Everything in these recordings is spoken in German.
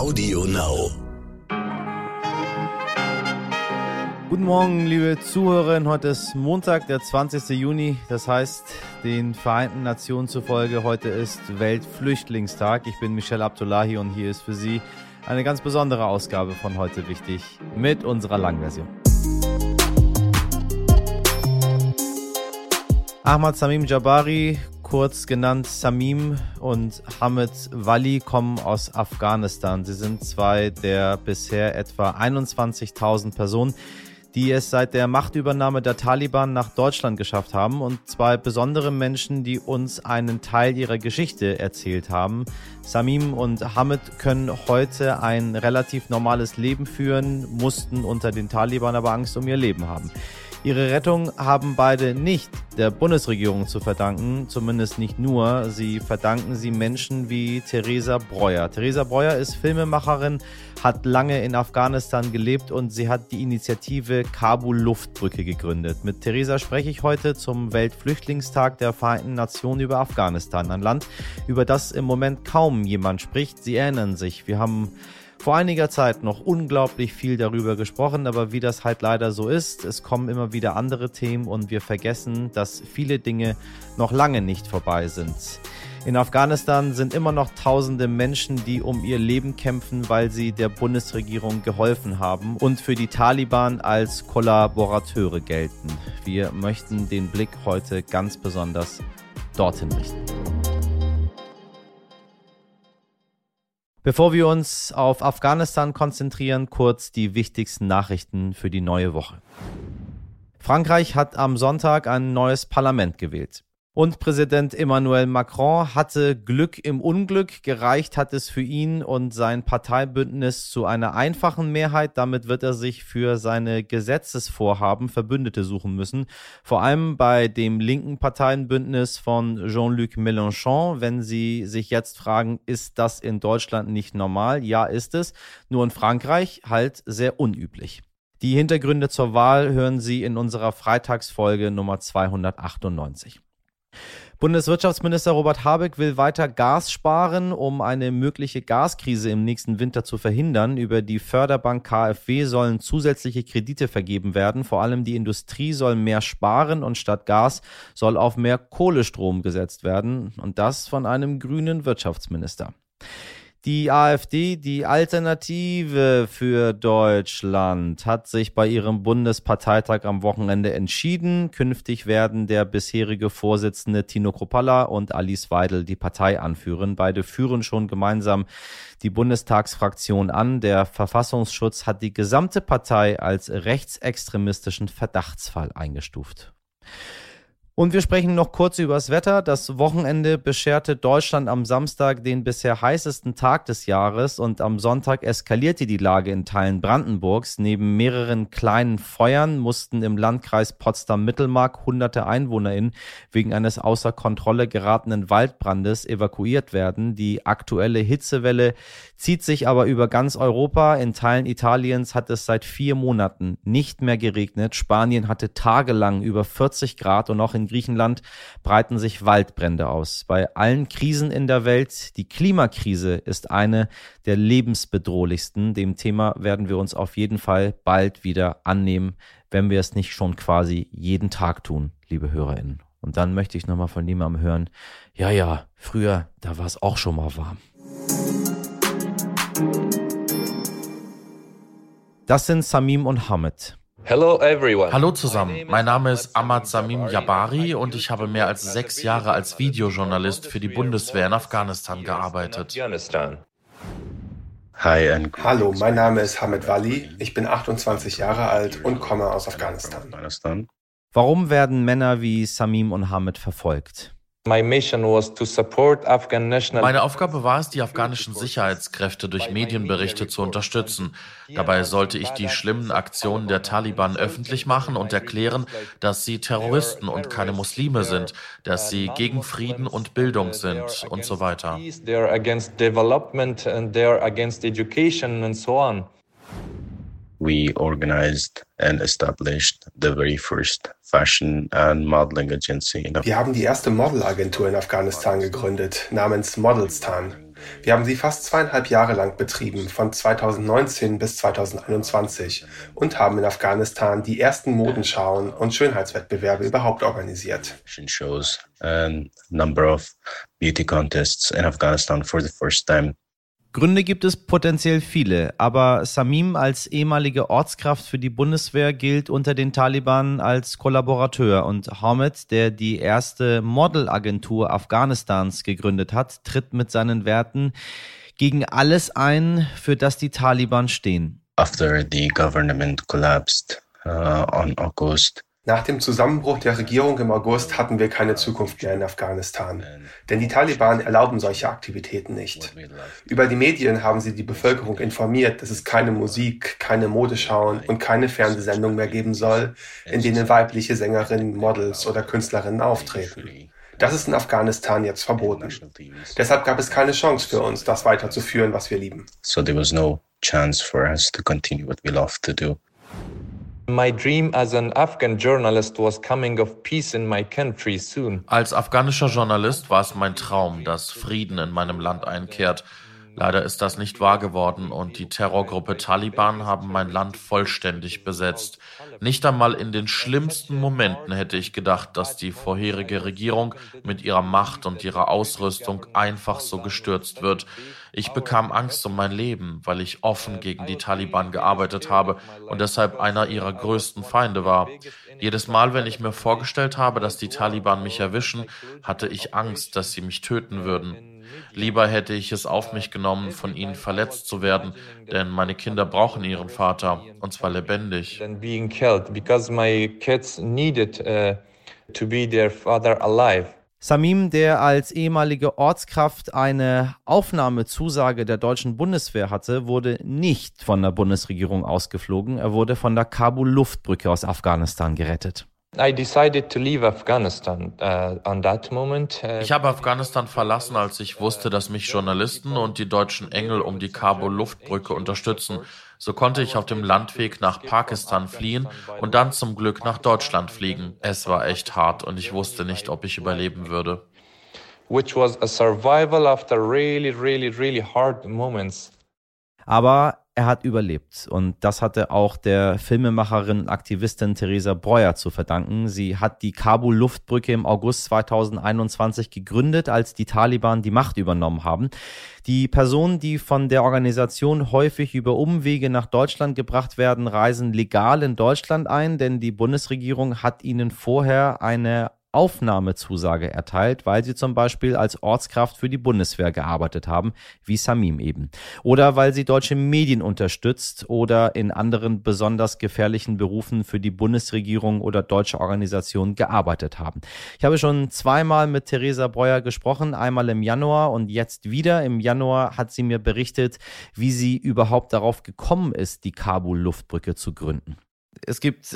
Audio Now. Guten Morgen, liebe Zuhörerinnen. Heute ist Montag, der 20. Juni. Das heißt, den Vereinten Nationen zufolge, heute ist Weltflüchtlingstag. Ich bin Michel Abdullahi und hier ist für Sie eine ganz besondere Ausgabe von Heute wichtig mit unserer Langversion. Ahmad Samim Jabari, kurz genannt Samim, und Hamid Vali kommen aus Afghanistan. Sie sind zwei der bisher etwa 21.000 Personen, die es seit der Machtübernahme der Taliban nach Deutschland geschafft haben, und zwei besondere Menschen, die uns einen Teil ihrer Geschichte erzählt haben. Samim und Hamid können heute ein relativ normales Leben führen, mussten unter den Taliban aber Angst um ihr Leben haben. Ihre Rettung haben beide nicht der Bundesregierung zu verdanken, zumindest nicht nur. Sie verdanken sie Menschen wie Theresa Breuer. Theresa Breuer ist Filmemacherin, hat lange in Afghanistan gelebt und sie hat die Initiative Kabul Luftbrücke gegründet. Mit Theresa spreche ich heute zum Weltflüchtlingstag der Vereinten Nationen über Afghanistan, ein Land, über das im Moment kaum jemand spricht. Sie erinnern sich, wir haben vor einiger Zeit noch unglaublich viel darüber gesprochen, aber wie das halt leider so ist, es kommen immer wieder andere Themen und wir vergessen, dass viele Dinge noch lange nicht vorbei sind. In Afghanistan sind immer noch tausende Menschen, die um ihr Leben kämpfen, weil sie der Bundesregierung geholfen haben und für die Taliban als Kollaborateure gelten. Wir möchten den Blick heute ganz besonders dorthin richten. Bevor wir uns auf Afghanistan konzentrieren, kurz die wichtigsten Nachrichten für die neue Woche. Frankreich hat am Sonntag ein neues Parlament gewählt. Und Präsident Emmanuel Macron hatte Glück im Unglück. Gereicht hat es für ihn und sein Parteibündnis zu einer einfachen Mehrheit. Damit wird er sich für seine Gesetzesvorhaben Verbündete suchen müssen. Vor allem bei dem linken Parteienbündnis von Jean-Luc Mélenchon. Wenn Sie sich jetzt fragen, ist das in Deutschland nicht normal? Ja, ist es. Nur in Frankreich halt sehr unüblich. Die Hintergründe zur Wahl hören Sie in unserer Freitagsfolge Nummer 298. Bundeswirtschaftsminister Robert Habeck will weiter Gas sparen, um eine mögliche Gaskrise im nächsten Winter zu verhindern. Über die Förderbank KfW sollen zusätzliche Kredite vergeben werden. Vor allem die Industrie soll mehr sparen und statt Gas soll auf mehr Kohlestrom gesetzt werden. Und das von einem grünen Wirtschaftsminister. Die AfD, die Alternative für Deutschland, hat sich bei ihrem Bundesparteitag am Wochenende entschieden. Künftig werden der bisherige Vorsitzende Tino Kruppalla und Alice Weidel die Partei anführen. Beide führen schon gemeinsam die Bundestagsfraktion an. Der Verfassungsschutz hat die gesamte Partei als rechtsextremistischen Verdachtsfall eingestuft. Und wir sprechen noch kurz über das Wetter. Das Wochenende bescherte Deutschland am Samstag den bisher heißesten Tag des Jahres und am Sonntag eskalierte die Lage in Teilen Brandenburgs. Neben mehreren kleinen Feuern mussten im Landkreis Potsdam-Mittelmark hunderte EinwohnerInnen wegen eines außer Kontrolle geratenen Waldbrandes evakuiert werden. Die aktuelle Hitzewelle zieht sich aber über ganz Europa. In Teilen Italiens hat es seit 4 Monaten nicht mehr geregnet. Spanien hatte tagelang über 40 Grad und auch in Griechenland breiten sich Waldbrände aus. Bei allen Krisen in der Welt, die Klimakrise ist eine der lebensbedrohlichsten. Dem Thema werden wir uns auf jeden Fall bald wieder annehmen, wenn wir es nicht schon quasi jeden Tag tun, liebe HörerInnen. Und dann möchte ich nochmal von jemandem hören, ja, früher, da war es auch schon mal warm. Das sind Samim und Hamid. Hallo zusammen, mein Name ist Ahmad Samim Jabari und ich habe mehr als 6 Jahre als Videojournalist für die Bundeswehr in Afghanistan gearbeitet. Hallo, mein Name ist Hamid Vali, ich bin 28 Jahre alt und komme aus Afghanistan. Warum werden Männer wie Samim und Hamid verfolgt? Meine Aufgabe war es, die afghanischen Sicherheitskräfte durch Medienberichte zu unterstützen. Dabei sollte ich die schlimmen Aktionen der Taliban öffentlich machen und erklären, dass sie Terroristen und keine Muslime sind, dass sie gegen Frieden und Bildung sind und so weiter. We organized and established the very first fashion and modeling agency. Wir haben die erste Modelagentur in Afghanistan gegründet, namens Modelstan. Wir haben sie fast 2,5 Jahre lang betrieben, von 2019 bis 2021, und haben in Afghanistan die ersten Modenschauen und Schönheitswettbewerbe überhaupt organisiert. Shows and number of beauty contests in Afghanistan for the first time. Gründe gibt es potenziell viele, aber Samim als ehemalige Ortskraft für die Bundeswehr gilt unter den Taliban als Kollaborateur und Hamid, der die erste Modelagentur Afghanistans gegründet hat, tritt mit seinen Werten gegen alles ein, für das die Taliban stehen. After the government collapsed on August. Nach dem Zusammenbruch der Regierung im August hatten wir keine Zukunft mehr in Afghanistan. Denn die Taliban erlauben solche Aktivitäten nicht. Über die Medien haben sie die Bevölkerung informiert, dass es keine Musik, keine Modeschauen und keine Fernsehsendung mehr geben soll, in denen weibliche Sängerinnen, Models oder Künstlerinnen auftreten. Das ist in Afghanistan jetzt verboten. Deshalb gab es keine Chance für uns, das weiterzuführen, was wir lieben. So there was no chance for us to continue what we love to do. My dream as an Afghan journalist was coming of peace in my country soon. Als afghanischer Journalist war es mein Traum, dass Frieden in meinem Land einkehrt. Leider ist das nicht wahr geworden und die Terrorgruppe Taliban haben mein Land vollständig besetzt. Nicht einmal in den schlimmsten Momenten hätte ich gedacht, dass die vorherige Regierung mit ihrer Macht und ihrer Ausrüstung einfach so gestürzt wird. Ich bekam Angst um mein Leben, weil ich offen gegen die Taliban gearbeitet habe und deshalb einer ihrer größten Feinde war. Jedes Mal, wenn ich mir vorgestellt habe, dass die Taliban mich erwischen, hatte ich Angst, dass sie mich töten würden. Lieber hätte ich es auf mich genommen, von ihnen verletzt zu werden, denn meine Kinder brauchen ihren Vater, und zwar lebendig. Samim, der als ehemalige Ortskraft eine Aufnahmezusage der deutschen Bundeswehr hatte, wurde nicht von der Bundesregierung ausgeflogen. Er wurde von der Kabul-Luftbrücke aus Afghanistan gerettet. Ich habe Afghanistan verlassen, als ich wusste, dass mich Journalisten und die deutschen Engel um die Kabul-Luftbrücke unterstützen. So konnte ich auf dem Landweg nach Pakistan fliehen und dann zum Glück nach Deutschland fliegen. Es war echt hart und ich wusste nicht, ob ich überleben würde. Which was a survival after really hard moments. Aber er hat überlebt und das hatte auch der Filmemacherin und Aktivistin Theresa Breuer zu verdanken. Sie hat die Kabul-Luftbrücke im August 2021 gegründet, als die Taliban die Macht übernommen haben. Die Personen, die von der Organisation häufig über Umwege nach Deutschland gebracht werden, reisen legal in Deutschland ein, denn die Bundesregierung hat ihnen vorher eine Aufnahmezusage erteilt, weil sie zum Beispiel als Ortskraft für die Bundeswehr gearbeitet haben, wie Samim eben. Oder weil sie deutsche Medien unterstützt oder in anderen besonders gefährlichen Berufen für die Bundesregierung oder deutsche Organisationen gearbeitet haben. Ich habe schon zweimal mit Theresa Breuer gesprochen, einmal im Januar und jetzt wieder. Im Januar hat sie mir berichtet, wie sie überhaupt darauf gekommen ist, die Kabul-Luftbrücke zu gründen. Es gibt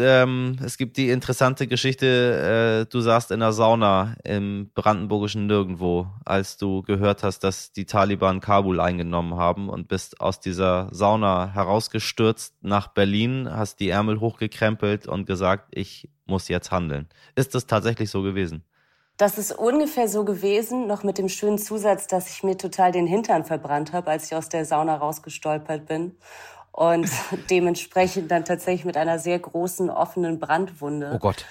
die interessante Geschichte, du saßt in der Sauna im brandenburgischen Nirgendwo, als du gehört hast, dass die Taliban Kabul eingenommen haben und bist aus dieser Sauna herausgestürzt nach Berlin, hast die Ärmel hochgekrempelt und gesagt, ich muss jetzt handeln. Ist das tatsächlich so gewesen? Das ist ungefähr so gewesen, noch mit dem schönen Zusatz, dass ich mir total den Hintern verbrannt habe, als ich aus der Sauna rausgestolpert bin. Und dementsprechend dann tatsächlich mit einer sehr großen offenen Brandwunde. Oh Gott.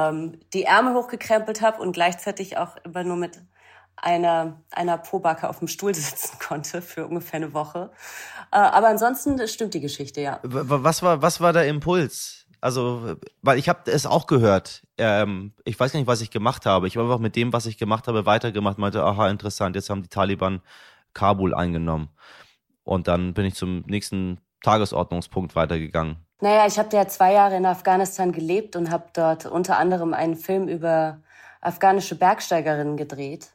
Die Ärmel hochgekrempelt habe und gleichzeitig auch immer nur mit einer Pobacke auf dem Stuhl sitzen konnte für ungefähr eine Woche. Aber ansonsten stimmt die Geschichte, ja. Was war der Impuls? Also, weil ich habe es auch gehört. Ich weiß gar nicht, was ich gemacht habe. Ich habe einfach mit dem, was ich gemacht habe, weitergemacht. Meinte, aha, interessant, jetzt haben die Taliban Kabul eingenommen. Und dann bin ich zum nächsten Tagesordnungspunkt weitergegangen. Naja, ich habe ja 2 Jahre in Afghanistan gelebt und habe dort unter anderem einen Film über afghanische Bergsteigerinnen gedreht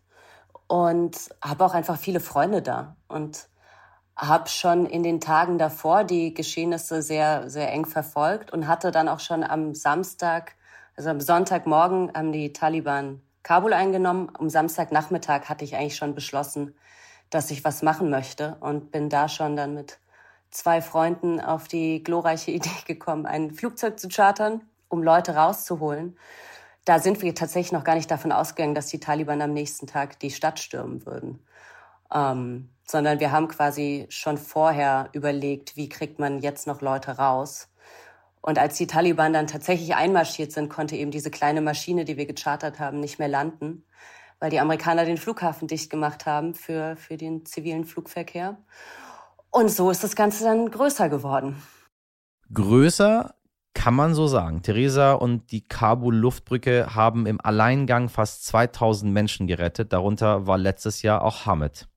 und habe auch einfach viele Freunde da und habe schon in den Tagen davor die Geschehnisse sehr, sehr eng verfolgt und hatte dann auch schon am Samstag, also am Sonntagmorgen, haben die Taliban Kabul eingenommen. Am Samstagnachmittag hatte ich eigentlich schon beschlossen, dass ich was machen möchte und bin da schon dann mit 2 Freunden auf die glorreiche Idee gekommen, ein Flugzeug zu chartern, um Leute rauszuholen. Da sind wir tatsächlich noch gar nicht davon ausgegangen, dass die Taliban am nächsten Tag die Stadt stürmen würden. sondern wir haben quasi schon vorher überlegt, wie kriegt man jetzt noch Leute raus. Und als die Taliban dann tatsächlich einmarschiert sind, konnte eben diese kleine Maschine, die wir gechartert haben, nicht mehr landen, weil die Amerikaner den Flughafen dicht gemacht haben für den zivilen Flugverkehr. Und so ist das Ganze dann größer geworden. Größer kann man so sagen. Theresa und die Kabul-Luftbrücke haben im Alleingang fast 2000 Menschen gerettet. Darunter war letztes Jahr auch Hamid.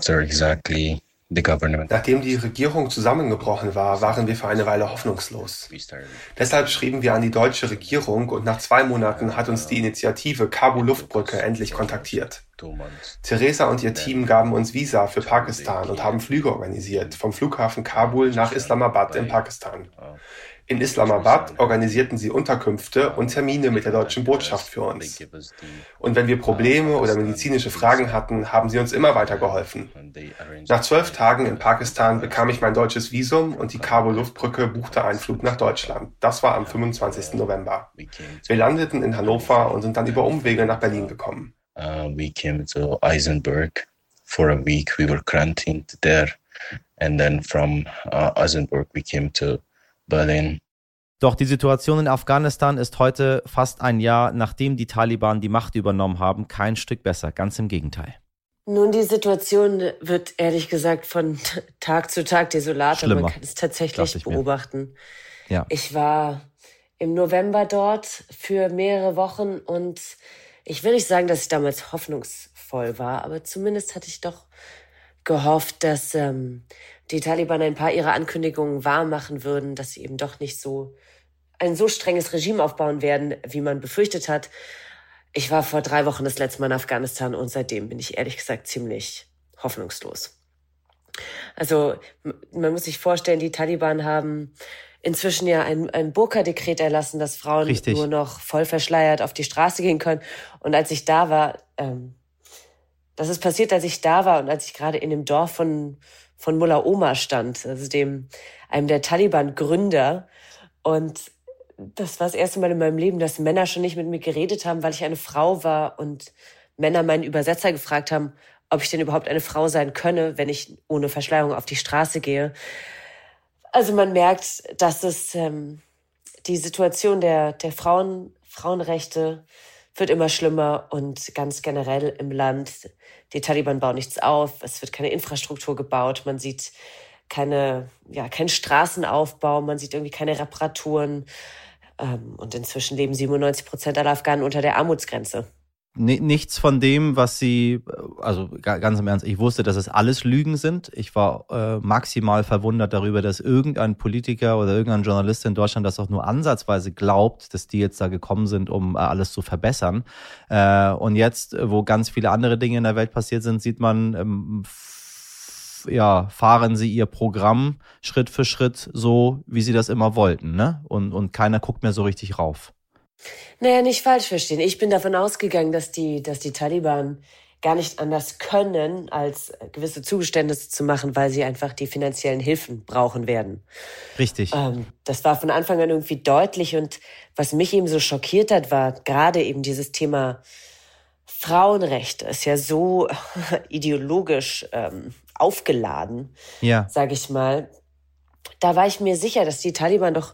Nachdem die Regierung zusammengebrochen war, waren wir für eine Weile hoffnungslos. Deshalb schrieben wir an die deutsche Regierung und nach 2 Monaten hat uns die Initiative Kabul-Luftbrücke endlich kontaktiert. Theresa und ihr Team gaben uns Visa für Pakistan und haben Flüge organisiert, vom Flughafen Kabul nach Islamabad in Pakistan. In Islamabad organisierten sie Unterkünfte und Termine mit der deutschen Botschaft für uns. Und wenn wir Probleme oder medizinische Fragen hatten, haben sie uns immer weitergeholfen. Nach 12 Tagen in Pakistan bekam ich mein deutsches Visum und die Kabul-Luftbrücke buchte einen Flug nach Deutschland. Das war am 25. November. Wir landeten in Hannover und sind dann über Umwege nach Berlin gekommen. We came to Eisenberg for a week. We were quarantined there. And then from Eisenberg we came to Berlin. Doch die Situation in Afghanistan ist heute, fast ein Jahr nachdem die Taliban die Macht übernommen haben, kein Stück besser. Ganz im Gegenteil. Nun, die Situation wird ehrlich gesagt von Tag zu Tag desolater. Schlimmer. Man kann es tatsächlich beobachten. Ja. Ich war im November dort für mehrere Wochen und ich will nicht sagen, dass ich damals hoffnungsvoll war, aber zumindest hatte ich doch gehofft, dass die Taliban ein paar ihrer Ankündigungen wahrmachen würden, dass sie eben doch nicht so ein so strenges Regime aufbauen werden, wie man befürchtet hat. Ich war vor 3 Wochen das letzte Mal in Afghanistan und seitdem bin ich ehrlich gesagt ziemlich hoffnungslos. Also man muss sich vorstellen, die Taliban haben inzwischen ja ein Burka-Dekret erlassen, dass Frauen nur noch voll verschleiert auf die Straße gehen können. Und als ich da war, das ist passiert, als ich da war und als ich gerade in dem Dorf von Mullah Omar stand, also einem der Taliban-Gründer. Und das war das erste Mal in meinem Leben, dass Männer schon nicht mit mir geredet haben, weil ich eine Frau war und Männer meinen Übersetzer gefragt haben, ob ich denn überhaupt eine Frau sein könne, wenn ich ohne Verschleierung auf die Straße gehe. Also man merkt, dass es die Situation der Frauenrechte wird immer schlimmer und ganz generell im Land. Die Taliban bauen nichts auf, es wird keine Infrastruktur gebaut, man sieht keinen Straßenaufbau, man sieht irgendwie keine Reparaturen. Und inzwischen leben 97% aller Afghanen unter der Armutsgrenze. Nichts von dem, was sie, also ganz im Ernst, ich wusste, dass es alles Lügen sind. Ich war maximal verwundert darüber, dass irgendein Politiker oder irgendein Journalist in Deutschland das auch nur ansatzweise glaubt, dass die jetzt da gekommen sind, um alles zu verbessern. Und jetzt, wo ganz viele andere Dinge in der Welt passiert sind, sieht man, fahren sie ihr Programm Schritt für Schritt so, wie sie das immer wollten, ne? Und keiner guckt mehr so richtig rauf. Naja, nicht falsch verstehen. Ich bin davon ausgegangen, dass die Taliban gar nicht anders können, als gewisse Zugeständnisse zu machen, weil sie einfach die finanziellen Hilfen brauchen werden. Richtig. Das war von Anfang an irgendwie deutlich. Und was mich eben so schockiert hat, war gerade eben dieses Thema Frauenrechte. Ist ja so ideologisch aufgeladen, sage ich mal. Da war ich mir sicher, dass die Taliban doch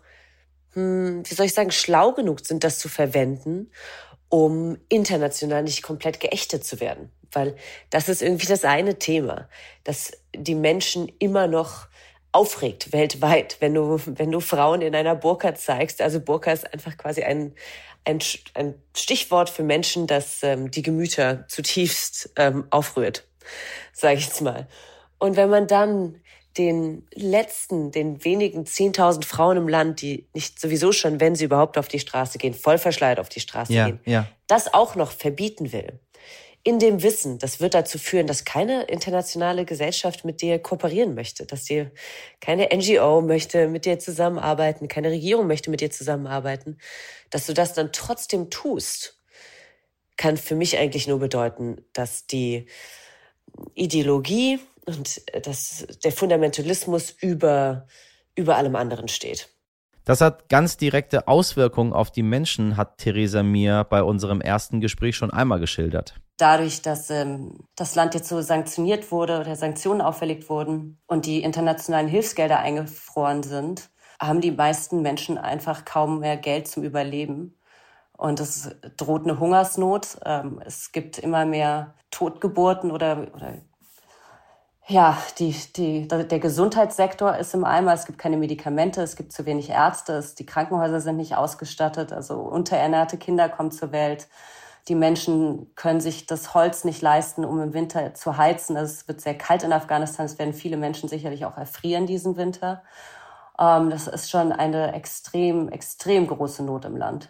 schlau genug sind, das zu verwenden, um international nicht komplett geächtet zu werden. Weil das ist irgendwie das eine Thema, das die Menschen immer noch aufregt weltweit, wenn du Frauen in einer Burka zeigst. Also Burka ist einfach quasi ein Stichwort für Menschen, das die Gemüter zutiefst aufrührt, sage ich jetzt mal. Und wenn man dann den wenigen 10.000 Frauen im Land, die nicht sowieso schon, wenn sie überhaupt auf die Straße gehen, voll verschleiert auf die Straße gehen, das auch noch verbieten will, in dem Wissen, das wird dazu führen, dass keine internationale Gesellschaft mit dir kooperieren möchte, dass dir keine NGO möchte mit dir zusammenarbeiten, keine Regierung möchte mit dir zusammenarbeiten, dass du das dann trotzdem tust, kann für mich eigentlich nur bedeuten, dass die Ideologie und der Fundamentalismus über allem anderen steht. Das hat ganz direkte Auswirkungen auf die Menschen, hat Theresa mir bei unserem ersten Gespräch schon einmal geschildert. dadurch, dass das Land jetzt so sanktioniert wurde oder Sanktionen auferlegt wurden und die internationalen Hilfsgelder eingefroren sind, haben die meisten Menschen einfach kaum mehr Geld zum Überleben. Und es droht eine Hungersnot. Es gibt immer mehr Totgeburten oder ja, der Gesundheitssektor ist im Eimer. Es gibt keine Medikamente, es gibt zu wenig Ärzte, die Krankenhäuser sind nicht ausgestattet. Also unterernährte Kinder kommen zur Welt. Die Menschen können sich das Holz nicht leisten, um im Winter zu heizen. Es wird sehr kalt in Afghanistan. Es werden viele Menschen sicherlich auch erfrieren diesen Winter. Das ist schon eine extrem, extrem große Not im Land.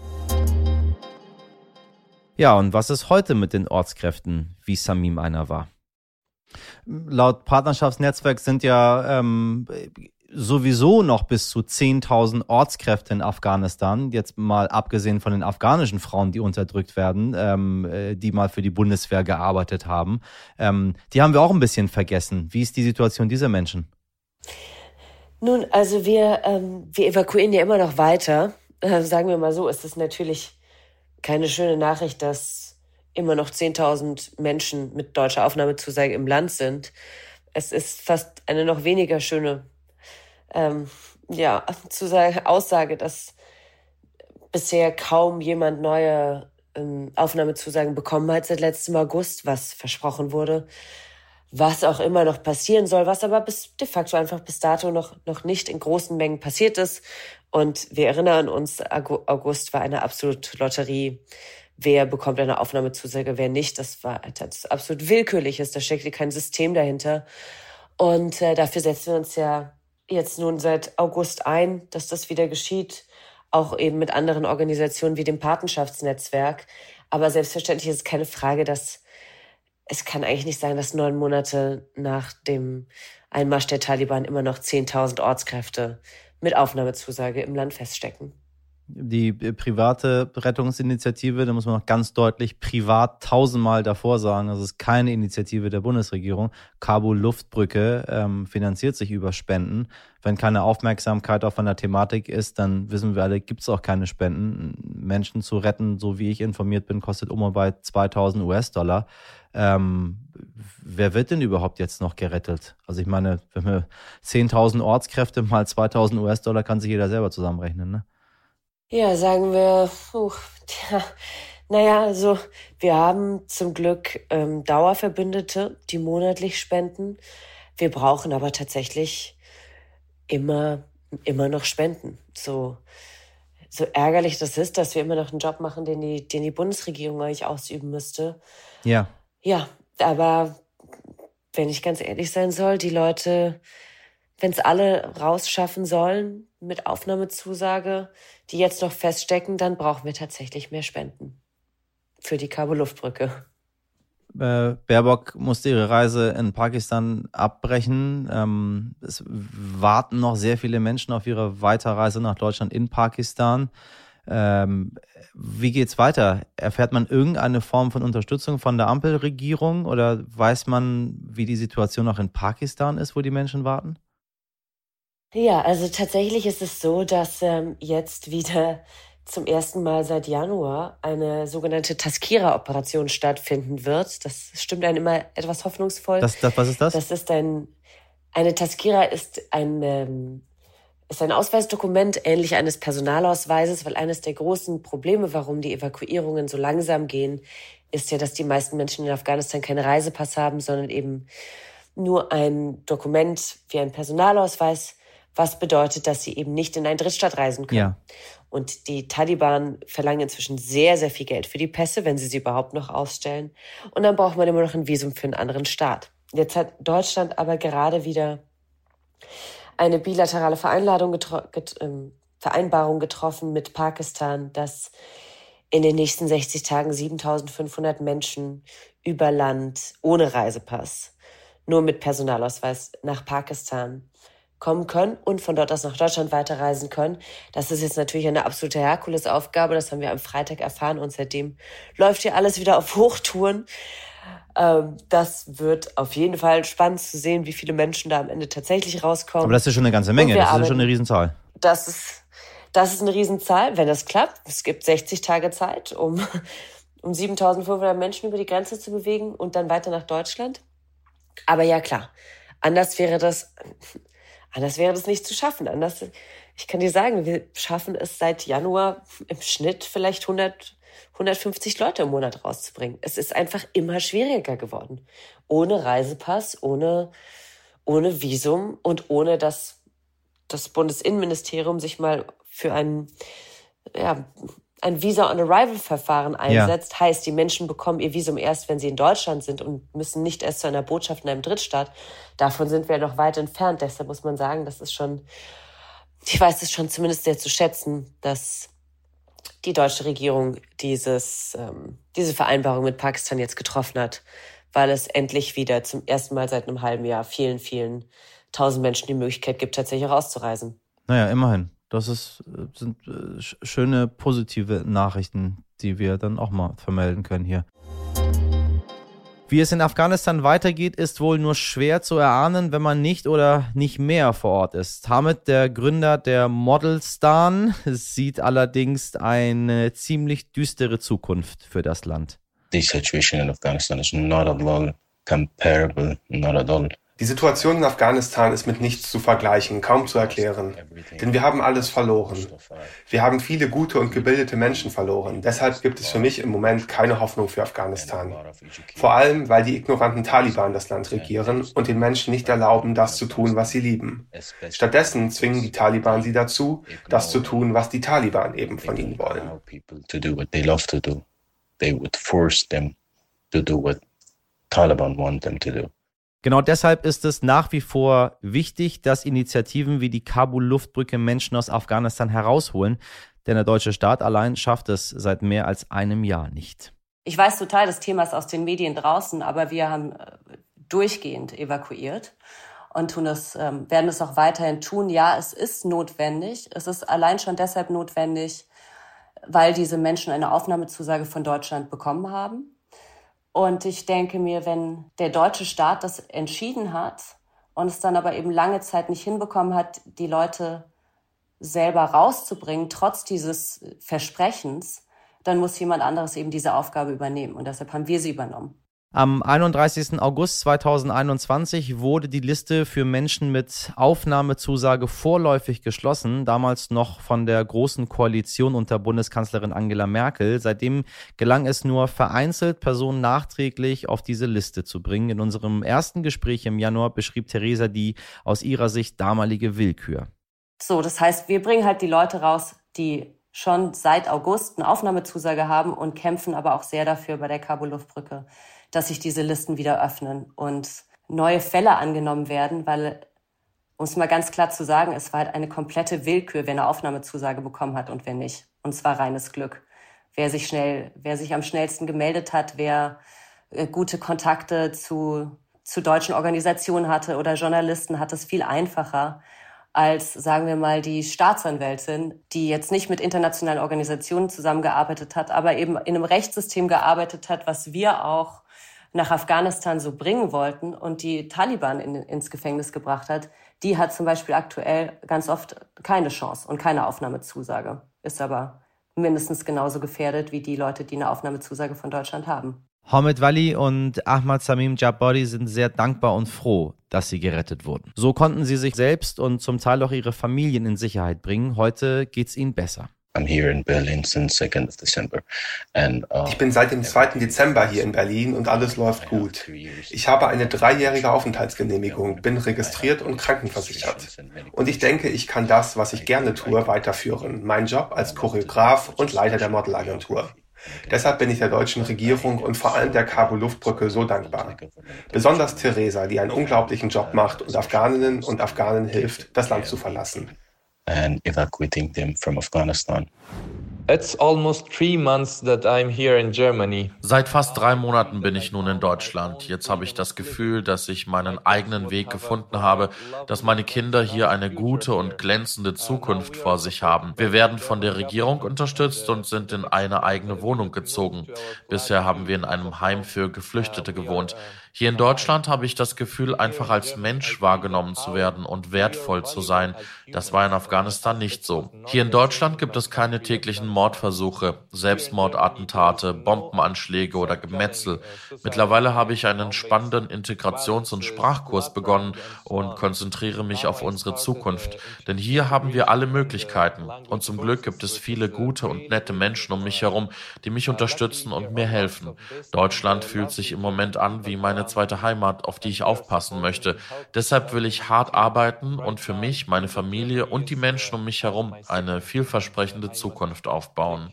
Ja, und was ist heute mit den Ortskräften, wie Samim einer war? Laut Partnerschaftsnetzwerk sind ja sowieso noch bis zu 10.000 Ortskräfte in Afghanistan, jetzt mal abgesehen von den afghanischen Frauen, die unterdrückt werden, die mal für die Bundeswehr gearbeitet haben. Die haben wir auch ein bisschen vergessen. Wie ist die Situation dieser Menschen? Nun, also wir evakuieren ja immer noch weiter. Sagen wir mal so, ist es natürlich keine schöne Nachricht, dass immer noch 10.000 Menschen mit deutscher Aufnahmezusage im Land sind. Es ist fast eine noch weniger schöne Aussage, dass bisher kaum jemand neue Aufnahmezusagen bekommen hat seit letztem August, was versprochen wurde, was auch immer noch passieren soll, was aber de facto einfach bis dato noch nicht in großen Mengen passiert ist. Und wir erinnern uns, August war eine absolute Lotterie. Wer bekommt eine Aufnahmezusage, wer nicht? Das war etwas absolut Willkürliches, da steckte kein System dahinter. Und dafür setzen wir uns ja jetzt nun seit August ein, dass das wieder geschieht, auch eben mit anderen Organisationen wie dem Patenschaftsnetzwerk. Aber selbstverständlich ist es keine Frage, dass es kann eigentlich nicht sein, dass 9 Monate nach dem Einmarsch der Taliban immer noch 10.000 Ortskräfte mit Aufnahmezusage im Land feststecken. Die private Rettungsinitiative, da muss man noch ganz deutlich privat 1000-mal davor sagen, das ist keine Initiative der Bundesregierung. Kabul-Luftbrücke finanziert sich über Spenden. Wenn keine Aufmerksamkeit auf einer Thematik ist, dann wissen wir alle, gibt es auch keine Spenden. Menschen zu retten, so wie ich informiert bin, kostet bei 2.000 US-Dollar. Wer wird denn überhaupt jetzt noch gerettet? Also ich meine, wenn wir 10.000 Ortskräfte mal 2.000 US-Dollar, kann sich jeder selber zusammenrechnen, ne? Ja, sagen wir, also wir haben zum Glück Dauerverbündete, die monatlich spenden. Wir brauchen aber tatsächlich immer noch Spenden. So ärgerlich das ist, dass wir immer noch einen Job machen, den die Bundesregierung eigentlich ausüben müsste. Ja. Ja, aber wenn ich ganz ehrlich sein soll, die Leute, wenn es alle rausschaffen sollen mit Aufnahmezusage, die jetzt noch feststecken, dann brauchen wir tatsächlich mehr Spenden für die Kabul-Luftbrücke. Baerbock musste ihre Reise in Pakistan abbrechen. Es warten noch sehr viele Menschen auf ihre Weiterreise nach Deutschland in Pakistan. Wie geht's weiter? Erfährt man irgendeine Form von Unterstützung von der Ampelregierung oder weiß man, wie die Situation auch in Pakistan ist, wo die Menschen warten? Ja, also tatsächlich ist es so, dass jetzt wieder zum ersten Mal seit Januar eine sogenannte Taskira-Operation stattfinden wird. Das stimmt einem immer etwas hoffnungsvoll. Was ist das? Das ist eine Taskira ist ein Ausweisdokument, ähnlich eines Personalausweises, weil eines der großen Probleme, warum die Evakuierungen so langsam gehen, ist ja, dass die meisten Menschen in Afghanistan keinen Reisepass haben, sondern eben nur ein Dokument wie ein Personalausweis, was bedeutet, dass sie eben nicht in einen Drittstaat reisen können. Ja. Und die Taliban verlangen inzwischen sehr, sehr viel Geld für die Pässe, wenn sie überhaupt noch ausstellen. Und dann braucht man immer noch ein Visum für einen anderen Staat. Jetzt hat Deutschland aber gerade wieder eine bilaterale Vereinbarung getroffen mit Pakistan, dass in den nächsten 60 Tagen 7.500 Menschen über Land ohne Reisepass, nur mit Personalausweis nach Pakistan kommen können und von dort aus nach Deutschland weiterreisen können. Das ist jetzt natürlich eine absolute Herkulesaufgabe. Das haben wir am Freitag erfahren und seitdem läuft hier alles wieder auf Hochtouren. Das wird auf jeden Fall spannend zu sehen, wie viele Menschen da am Ende tatsächlich rauskommen. Aber das ist schon eine ganze Menge, das ist schon eine Riesenzahl. Das ist eine Riesenzahl, wenn das klappt. Es gibt 60 Tage Zeit, um um 7.500 Menschen über die Grenze zu bewegen und dann weiter nach Deutschland. Aber ja, klar, anders wäre das nicht zu schaffen. Ich kann dir sagen, wir schaffen es seit Januar im Schnitt vielleicht 150 Leute im Monat rauszubringen. Es ist einfach immer schwieriger geworden. Ohne Reisepass, ohne Visum und ohne dass das Bundesinnenministerium sich mal für ein Visa-on-Arrival-Verfahren einsetzt, heißt, die Menschen bekommen ihr Visum erst, wenn sie in Deutschland sind und müssen nicht erst zu einer Botschaft in einem Drittstaat. Davon sind wir noch weit entfernt. Deshalb muss man sagen, ich weiß es schon zumindest sehr zu schätzen, dass die deutsche Regierung diese Vereinbarung mit Pakistan jetzt getroffen hat, weil es endlich wieder zum ersten Mal seit einem halben Jahr vielen, vielen tausend Menschen die Möglichkeit gibt, tatsächlich rauszureisen. Naja, immerhin. Das sind schöne, positive Nachrichten, die wir dann auch mal vermelden können hier. Wie es in Afghanistan weitergeht, ist wohl nur schwer zu erahnen, wenn man nicht oder nicht mehr vor Ort ist. Hamid, der Gründer der Modelstan, sieht allerdings eine ziemlich düstere Zukunft für das Land. The situation in Afghanistan is not at all comparable, not at all. Die Situation in Afghanistan ist mit nichts zu vergleichen, kaum zu erklären. Denn wir haben alles verloren. Wir haben viele gute und gebildete Menschen verloren. Deshalb gibt es für mich im Moment keine Hoffnung für Afghanistan. Vor allem, weil die ignoranten Taliban das Land regieren und den Menschen nicht erlauben, das zu tun, was sie lieben. Stattdessen zwingen die Taliban sie dazu, das zu tun, was die Taliban eben von ihnen wollen. They would force them to do what Taliban want them to do. Genau deshalb ist es nach wie vor wichtig, dass Initiativen wie die Kabul-Luftbrücke Menschen aus Afghanistan herausholen, denn der deutsche Staat allein schafft es seit mehr als einem Jahr nicht. Ich weiß total, das Thema ist aus den Medien draußen, aber wir haben durchgehend evakuiert und werden es auch weiterhin tun. Ja, es ist notwendig. Es ist allein schon deshalb notwendig, weil diese Menschen eine Aufnahmezusage von Deutschland bekommen haben. Und ich denke mir, wenn der deutsche Staat das entschieden hat und es dann aber eben lange Zeit nicht hinbekommen hat, die Leute selber rauszubringen, trotz dieses Versprechens, dann muss jemand anderes eben diese Aufgabe übernehmen. Und deshalb haben wir sie übernommen. Am 31. August 2021 wurde die Liste für Menschen mit Aufnahmezusage vorläufig geschlossen, damals noch von der Großen Koalition unter Bundeskanzlerin Angela Merkel. Seitdem gelang es nur vereinzelt, Personen nachträglich auf diese Liste zu bringen. In unserem ersten Gespräch im Januar beschrieb Theresa die aus ihrer Sicht damalige Willkür. So, das heißt, wir bringen halt die Leute raus, die schon seit August eine Aufnahmezusage haben und kämpfen aber auch sehr dafür bei der Kabul-Luftbrücke, dass sich diese Listen wieder öffnen und neue Fälle angenommen werden, weil, um es mal ganz klar zu sagen, es war halt eine komplette Willkür, wer eine Aufnahmezusage bekommen hat und wer nicht. Und zwar reines Glück. Wer sich am schnellsten gemeldet hat, wer gute Kontakte zu deutschen Organisationen hatte oder Journalisten, hat es viel einfacher als, sagen wir mal, die Staatsanwältin, die jetzt nicht mit internationalen Organisationen zusammengearbeitet hat, aber eben in einem Rechtssystem gearbeitet hat, was wir auch nach Afghanistan so bringen wollten und die Taliban ins Gefängnis gebracht hat, die hat zum Beispiel aktuell ganz oft keine Chance und keine Aufnahmezusage, ist aber mindestens genauso gefährdet wie die Leute, die eine Aufnahmezusage von Deutschland haben. Hamid Vali und Ahmad Samim Jabari sind sehr dankbar und froh, dass sie gerettet wurden. So konnten sie sich selbst und zum Teil auch ihre Familien in Sicherheit bringen. Heute geht's ihnen besser. I'm here in Berlin since 2nd of December. Ich bin seit dem 2. Dezember hier in Berlin und alles läuft gut. Ich habe eine 3-jährige Aufenthaltsgenehmigung, bin registriert und krankenversichert. Und ich denke, ich kann das, was ich gerne tue, weiterführen. Meinen Job als Choreograf und Leiter der Modelagentur. Deshalb bin ich der deutschen Regierung und vor allem der Kabul-Luftbrücke so dankbar. Besonders Theresa, die einen unglaublichen Job macht und Afghaninnen und Afghanen hilft, das Land zu verlassen. And evacuating them from Afghanistan. It's almost 3 months that I'm here in Germany. Seit fast 3 Monaten bin ich nun in Deutschland. Jetzt habe ich das Gefühl, dass ich meinen eigenen Weg gefunden habe, dass meine Kinder hier eine gute und glänzende Zukunft vor sich haben. Wir werden von der Regierung unterstützt und sind in eine eigene Wohnung gezogen. Bisher haben wir in einem Heim für Geflüchtete gewohnt. Hier in Deutschland habe ich das Gefühl, einfach als Mensch wahrgenommen zu werden und wertvoll zu sein. Das war in Afghanistan nicht so. Hier in Deutschland gibt es keine täglichen Mordversuche, Selbstmordattentate, Bombenanschläge oder Gemetzel. Mittlerweile habe ich einen spannenden Integrations- und Sprachkurs begonnen und konzentriere mich auf unsere Zukunft. Denn hier haben wir alle Möglichkeiten. Und zum Glück gibt es viele gute und nette Menschen um mich herum, die mich unterstützen und mir helfen. Deutschland fühlt sich im Moment an wie meine zweite Heimat, auf die ich aufpassen möchte. Deshalb will ich hart arbeiten und für mich, meine Familie und die Menschen um mich herum eine vielversprechende Zukunft aufbauen.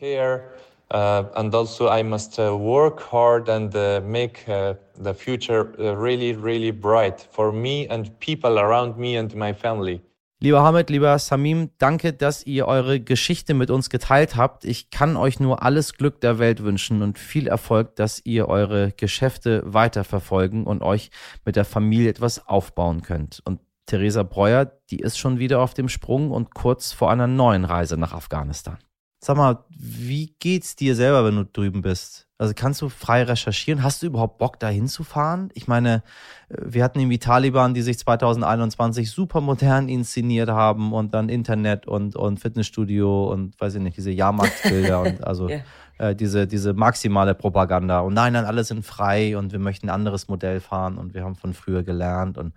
And also I must work hard and make the future really, really bright for me and people around me and my family. Lieber Hamid, lieber Samim, danke, dass ihr eure Geschichte mit uns geteilt habt. Ich kann euch nur alles Glück der Welt wünschen und viel Erfolg, dass ihr eure Geschäfte weiterverfolgen und euch mit der Familie etwas aufbauen könnt. Und Theresa Breuer, die ist schon wieder auf dem Sprung und kurz vor einer neuen Reise nach Afghanistan. Sag mal, wie geht's dir selber, wenn du drüben bist? Also kannst du frei recherchieren? Hast du überhaupt Bock, da hinzufahren? Ich meine, wir hatten irgendwie Taliban, die sich 2021 super modern inszeniert haben und dann Internet und Fitnessstudio und weiß ich nicht, diese Jahrmarktbilder und also diese maximale Propaganda. Und nein, alle sind frei und wir möchten ein anderes Modell fahren und wir haben von früher gelernt und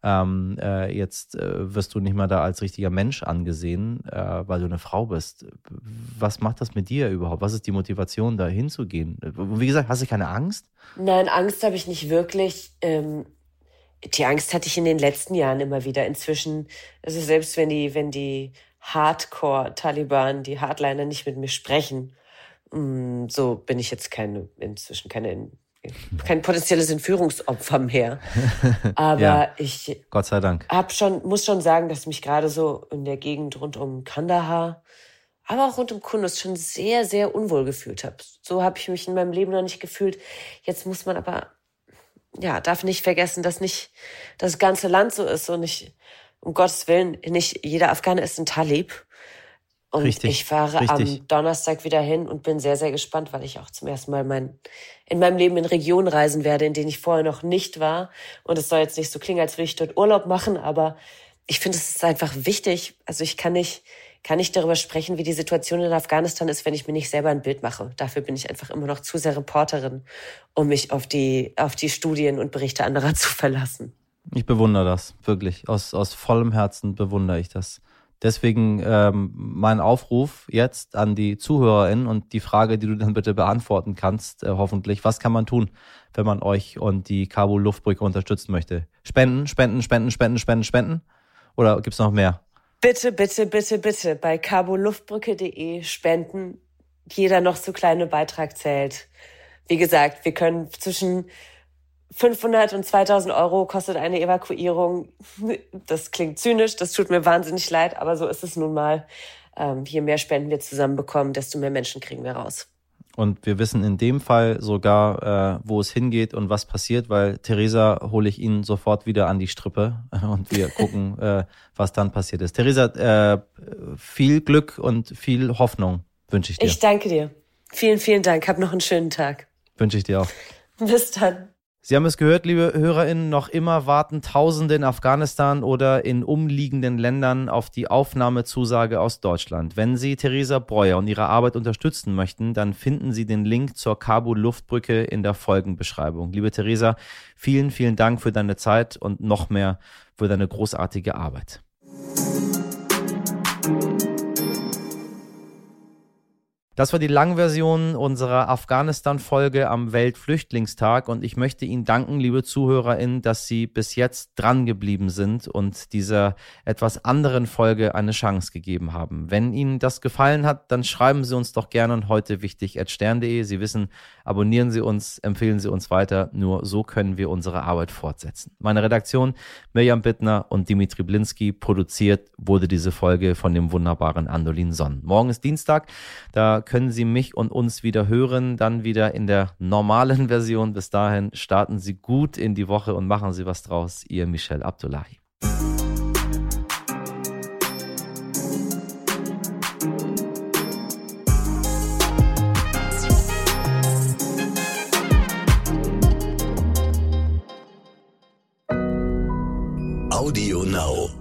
jetzt wirst du nicht mehr da als richtiger Mensch angesehen, weil du eine Frau bist. Was macht das mit dir überhaupt? Was ist die Motivation, da hinzugehen? Wie gesagt, hast du keine Angst? Nein, Angst habe ich nicht wirklich. Die Angst hatte ich in den letzten Jahren immer wieder. Inzwischen, also selbst wenn die Hardcore-Taliban, die Hardliner nicht mit mir sprechen, so bin ich jetzt inzwischen kein potenzielles Entführungsopfer mehr. Aber ja, ich Gott sei Dank. Muss schon sagen, dass ich mich gerade so in der Gegend rund um Kandahar, aber auch rund um Kunduz schon sehr, sehr unwohl gefühlt habe. So habe ich mich in meinem Leben noch nicht gefühlt. Jetzt muss man aber, darf nicht vergessen, dass nicht das ganze Land so ist und nicht, um Gottes Willen, nicht jeder Afghane ist ein Talib. Und ich fahre am Donnerstag wieder hin und bin sehr, sehr gespannt, weil ich auch zum ersten Mal in meinem Leben in Regionen reisen werde, in denen ich vorher noch nicht war. Und es soll jetzt nicht so klingen, als würde ich dort Urlaub machen, aber ich finde, es ist einfach wichtig. Also ich kann nicht darüber sprechen, wie die Situation in Afghanistan ist, wenn ich mir nicht selber ein Bild mache. Dafür bin ich einfach immer noch zu sehr Reporterin, um mich auf die Studien und Berichte anderer zu verlassen. Ich bewundere das, wirklich. Aus vollem Herzen bewundere ich das. Deswegen mein Aufruf jetzt an die ZuhörerInnen und die Frage, die du dann bitte beantworten kannst, hoffentlich. Was kann man tun, wenn man euch und die Kabul-Luftbrücke unterstützen möchte? Spenden? Oder gibt's noch mehr? Bitte, bitte, bitte, bitte bei kabulluftbrücke.de spenden. Jeder noch so kleine Beitrag zählt. Wie gesagt, wir können zwischen 500 und 2000 Euro kostet eine Evakuierung. Das klingt zynisch, das tut mir wahnsinnig leid, aber so ist es nun mal. Je mehr Spenden wir zusammenbekommen, desto mehr Menschen kriegen wir raus. Und wir wissen in dem Fall sogar, wo es hingeht und was passiert, weil Theresa hole ich Ihnen sofort wieder an die Strippe und wir gucken, was dann passiert ist. Theresa, viel Glück und viel Hoffnung wünsche ich dir. Ich danke dir. Vielen, vielen Dank. Hab noch einen schönen Tag. Wünsche ich dir auch. Bis dann. Sie haben es gehört, liebe HörerInnen, noch immer warten Tausende in Afghanistan oder in umliegenden Ländern auf die Aufnahmezusage aus Deutschland. Wenn Sie Theresa Breuer und ihre Arbeit unterstützen möchten, dann finden Sie den Link zur Kabul-Luftbrücke in der Folgenbeschreibung. Liebe Theresa, vielen, vielen Dank für deine Zeit und noch mehr für deine großartige Arbeit. Das war die Langversion unserer Afghanistan-Folge am Weltflüchtlingstag und ich möchte Ihnen danken, liebe ZuhörerInnen, dass Sie bis jetzt dran geblieben sind und dieser etwas anderen Folge eine Chance gegeben haben. Wenn Ihnen das gefallen hat, dann schreiben Sie uns doch gerne und heute wichtig @stern.de. Sie wissen, abonnieren Sie uns, empfehlen Sie uns weiter, nur so können wir unsere Arbeit fortsetzen. Meine Redaktion Mirjam Bittner und Dimitri Blinski, produziert wurde diese Folge von dem wunderbaren Andolin Sonn. Morgen ist Dienstag, da können Sie mich und uns wieder hören, dann wieder in der normalen Version. Bis dahin starten Sie gut in die Woche und machen Sie was draus. Ihr Michel Abdullahi. Now.